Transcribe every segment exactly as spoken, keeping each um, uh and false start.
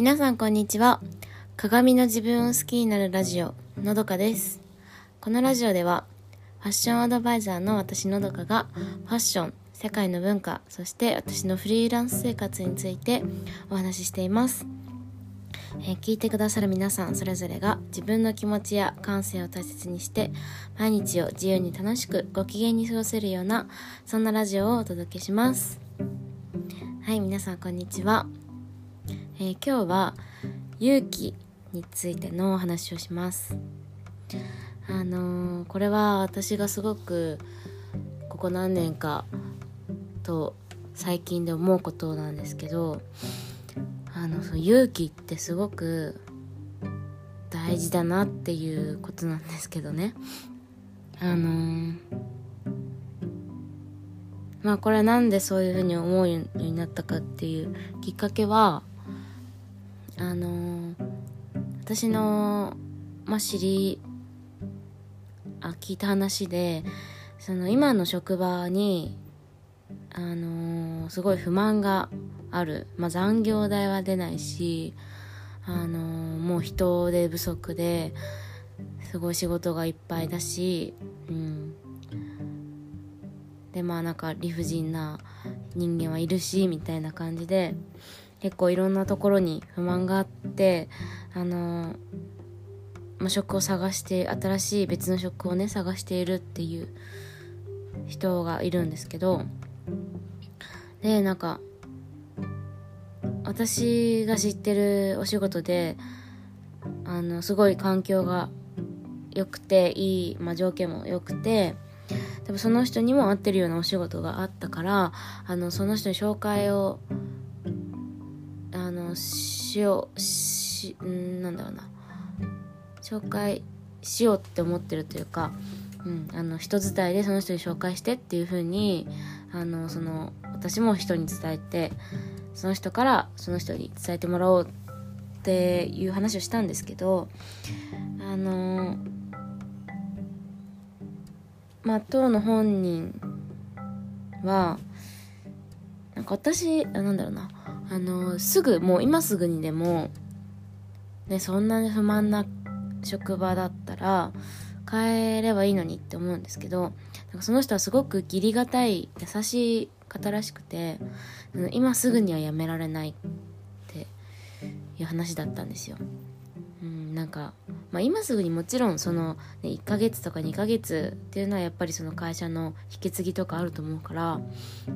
皆さんこんにちは。鏡の自分を好きになるラジオのどかです。このラジオではファッションアドバイザーの私のどかがファッション、世界の文化、そして私のフリーランス生活についてお話ししています。えー、聞いてくださる皆さんそれぞれが自分の気持ちや感性を大切にして毎日を自由に楽しくご機嫌に過ごせるようなそんなラジオをお届けします。はい、皆さんこんにちは。えー、今日は勇気についてのお話をします。あのー、これは私がすごくここ何年かと最近で思うことなんですけど、あのその勇気ってすごく大事だなっていうことなんですけどね。あのー、まあこれはなんでそういうふうに思うようになったかっていうきっかけは、あのー、私の、まあ、知りあ聞いた話で、その今の職場に、あのー、すごい不満がある、まあ、残業代は出ないし、あのー、もう人手不足ですごい仕事がいっぱいだし、うん、でまあなんか理不尽な人間はいるしみたいな感じで結構いろんなところに不満があって、あの、まあ、職を探して新しい別の職をね探しているっていう人がいるんですけど、でなんか私が知ってるお仕事であのすごい環境が良くていい、まあ、条件も良くて多分その人にも合ってるようなお仕事があったから、あのその人に紹介をあのしようしんなんだろうな紹介しようって思ってるというか、うん、あの人伝いでその人に紹介してっていう風にあのその私も人に伝えて、その人からその人に伝えてもらおうっていう話をしたんですけど、あのまあ当の本人はなんか私あなんだろうなあのすぐもう今すぐにでもねそんなに不満な職場だったら変えればいいのにって思うんですけど、なんかその人はすごく義理がたい優しい方らしくて、今すぐには辞められないっていう話だったんですよ。うん、なんか、まあ、今すぐにもちろんその、ね、いっかげつとかにかげつっていうのはやっぱりその会社の引き継ぎとかあると思うから、うん、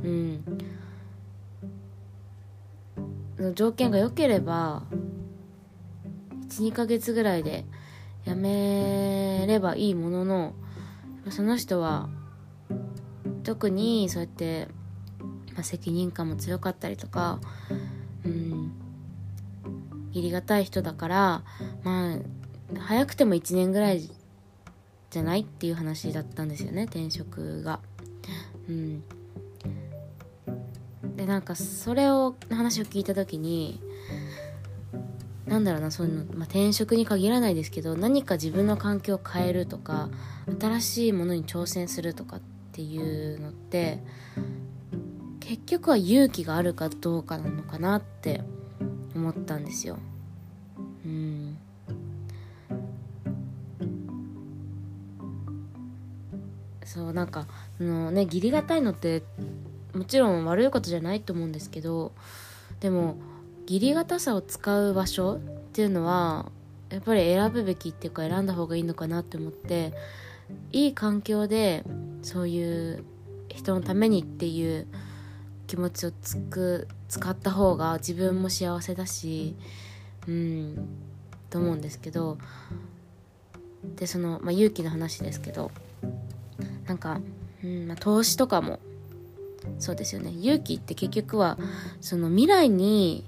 条件が良ければいち、にかげつぐらいで辞めればいいものの、その人は特にそうやって、まあ、責任感も強かったりとか、うん、義理がたい人だから、まあ早くてもいちねんぐらいじゃないっていう話だったんですよね、転職が。うん、でなんかそれを話を聞いた時になんだろうなそういうの、まあ、転職に限らないですけど、何か自分の環境を変えるとか新しいものに挑戦するとかっていうのって結局は勇気があるかどうかなのかなって思ったんですよ。うんそうなんかあのね義理がたいのってもちろん悪いことじゃないと思うんですけど、でも義理がたさを使う場所っていうのはやっぱり選ぶべきっていうか選んだ方がいいのかなって思って、いい環境でそういう人のためにっていう気持ちをつく使った方が自分も幸せだし、うんと思うんですけど、でその、まあ、勇気の話ですけど、なんか、うんまあ、投資とかもそうですよね。勇気って結局はその未来に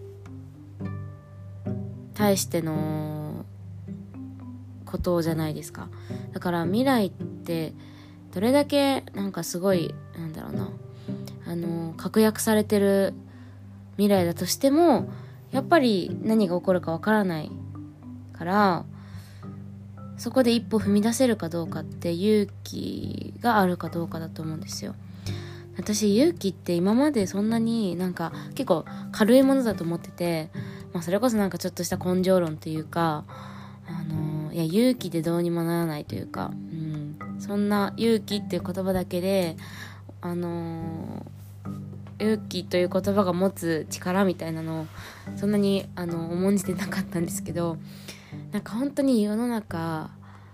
対してのことじゃないですか。だから未来ってどれだけなんかすごいなんだろうなあの確約されてる未来だとしてもやっぱり何が起こるかわからないから、そこで一歩踏み出せるかどうかって勇気があるかどうかだと思うんですよ。私勇気って今までそんなになんか結構軽いものだと思ってて、 まあ、それこそなんかちょっとした根性論というか、あのいや勇気でどうにもならないというか、うん、そんな勇気っていう言葉だけで、あの勇気という言葉が持つ力みたいなのをそんなにあの重んじてなかったんですけど、なんか本当に世の中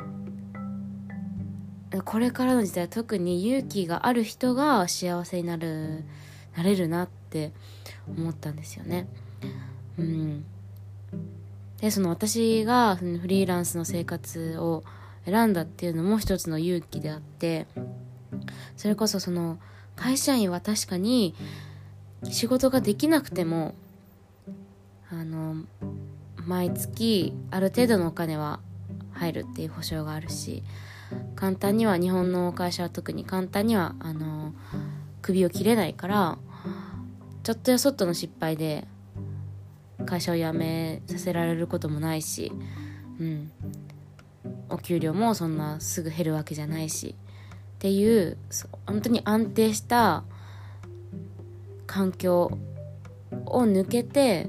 これからの時代は特に勇気がある人が幸せになるなれるなって思ったんですよね。うん、でその私がそのフリーランスの生活を選んだっていうのも一つの勇気であって、それこそその会社員は確かに仕事ができなくてもあの毎月ある程度のお金は入るっていう保証があるし、簡単には日本の会社は特に簡単にはあの首を切れないから、ちょっとやそっとの失敗で会社を辞めさせられることもないし、うん、お給料もそんなすぐ減るわけじゃないしっていう本当に安定した環境を抜けて、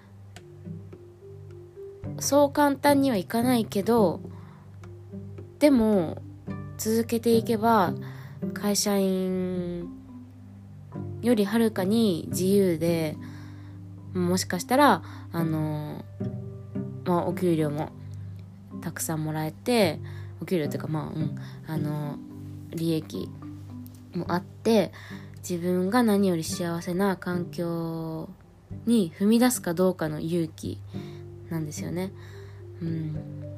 そう簡単にはいかないけどでも続けていけば会社員よりはるかに自由で、もしかしたらあの、まあ、お給料もたくさんもらえて、お給料というかまあ、うん、あの利益もあって自分が何より幸せな環境に踏み出すかどうかの勇気なんですよね。うん、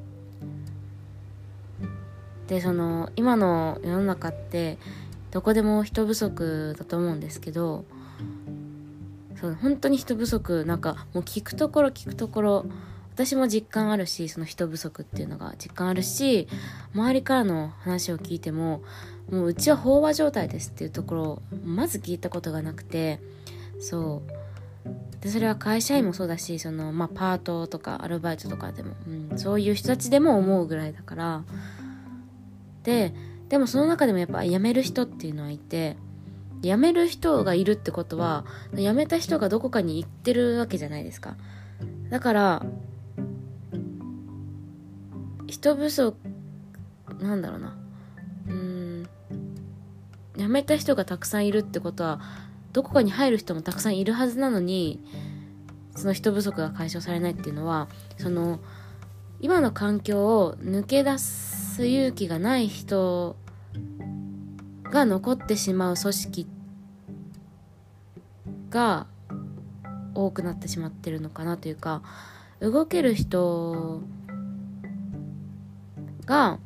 でその今の世の中ってどこでも人不足だと思うんですけど、そう本当に人不足、なんかもう聞くところ聞くところ私も実感あるし、その人不足っていうのが実感あるし、周りからの話を聞いてももううちは飽和状態ですっていうところをまず聞いたことがなくて、そうでそれは会社員もそうだし、その、まあ、パートとかアルバイトとかでも、うん、そういう人たちでも思うぐらいだから、ででもその中でもやっぱ辞める人っていうのはいて、辞める人がいるってことは辞めた人がどこかに行ってるわけじゃないですか。だから人不足なんだろうな、うーん辞めた人がたくさんいるってことはどこかに入る人もたくさんいるはずなのに、その人不足が解消されないっていうのは、その今の環境を抜け出す勇気がない人が残ってしまう組織が多くなってしまってるのかなというか、動ける人が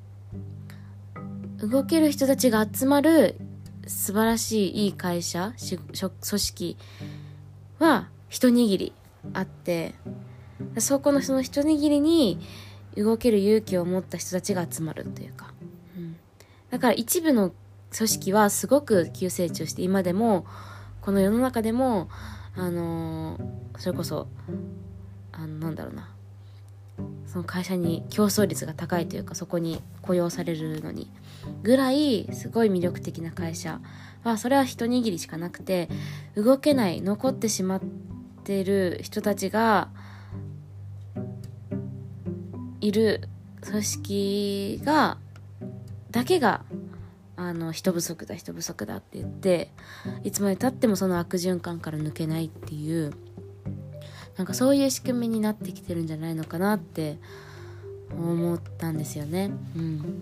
動ける人たちが集まる素晴らしいいい会社組織は一握りあって、そこのその一握りに動ける勇気を持った人たちが集まるというか、うん、だから一部の組織はすごく急成長して、今でもこの世の中でもあのー、それこそあのなんだろうなその会社に競争率が高いというか、そこに雇用されるのにぐらいすごい魅力的な会社は、それは一握りしかなくて、動けない残ってしまってる人たちがいる組織がだけがあの人不足だ人不足だって言って、いつまで経ってもその悪循環から抜けないっていう、なんかそういう仕組みになってきてるんじゃないのかなって思ったんですよね。うん、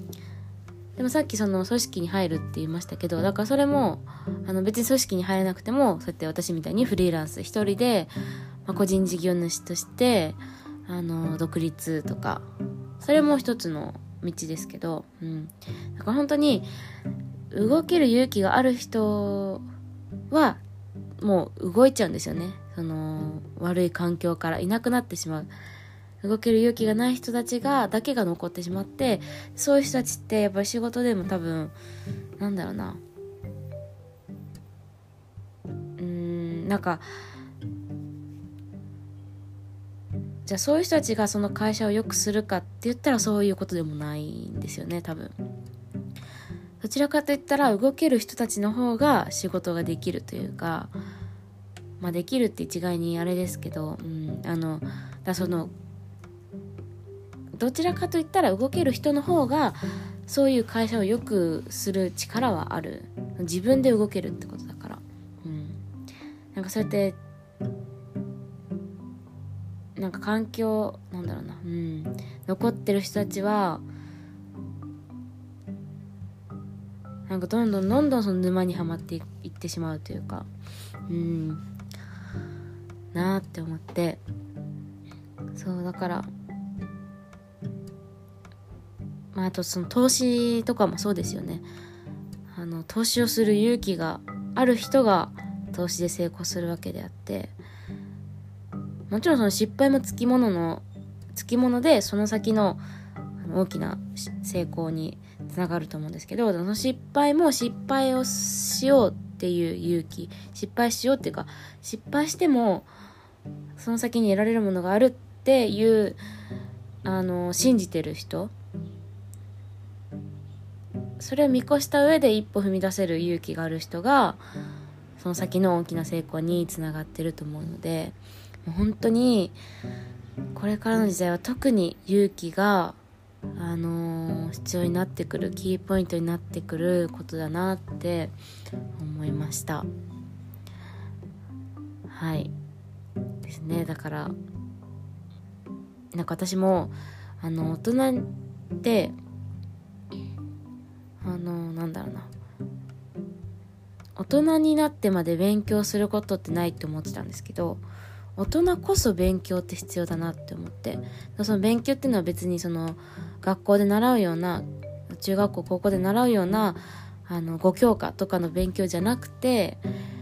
でもさっきその組織に入るって言いましたけど、だからそれもあの別に組織に入れなくても、そうやって私みたいにフリーランス一人で、まあ、個人事業主としてあの独立とか、それも一つの道ですけど、うん、だから本当に動ける勇気がある人はもう動いちゃうんですよね。その悪い環境からいなくなってしまう。動ける勇気がない人たちがだけが残ってしまって、そういう人たちってやっぱり仕事でも多分なんだろうなうーんなんかじゃあそういう人たちがその会社を良くするかって言ったらそういうことでもないんですよね。多分どちらかといったら動ける人たちの方が仕事ができるというか、 まあできるって一概にあれですけど、うん、あのだそのどちらかといったら動ける人の方がそういう会社を良くする力はある。自分で動けるってことだから、うん、なんかそうやってなんか環境なんだろうな、うん、残ってる人たちはなんかどんどんどんどんその沼にはまっていってしまうというか、うんなーって思って、そうだからまあ、あとその投資とかもそうですよね。あの投資をする勇気がある人が投資で成功するわけであって、もちろんその失敗もつきもののつきものでその先の大きな成功につながると思うんですけど、その失敗も失敗をしようっていう勇気、失敗しようっていうか失敗してもその先に得られるものがあるっていうあの信じてる人、それを見越した上で一歩踏み出せる勇気がある人がその先の大きな成功につながってると思うので、もう本当にこれからの時代は特に勇気が、あのー、必要になってくるキーポイントになってくることだなって思いました。はいですね。だからなんか私もあの大人ってあのなんだろうな大人になってまで勉強することってないって思ってたんですけど、大人こそ勉強って必要だなって思って、その勉強っていうのは別にその学校で習うような中学校高校で習うようなあのご教科とかの勉強じゃなくて、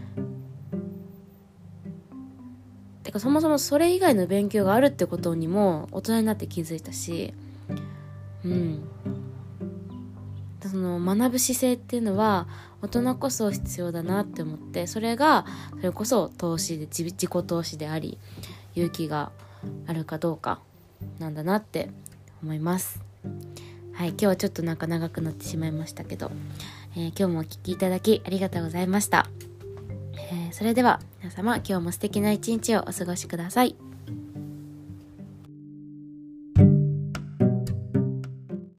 てかそもそもそれ以外の勉強があるってことにも大人になって気づいたし、うんその学ぶ姿勢っていうのは大人こそ必要だなって思って、それがそれこそ投資で自己投資であり勇気があるかどうかなんだなって思います。はい、今日はちょっとなんか長くなってしまいましたけど、えー、今日もお聞きいただきありがとうございました。えー、それでは皆様今日も素敵な一日をお過ごしください。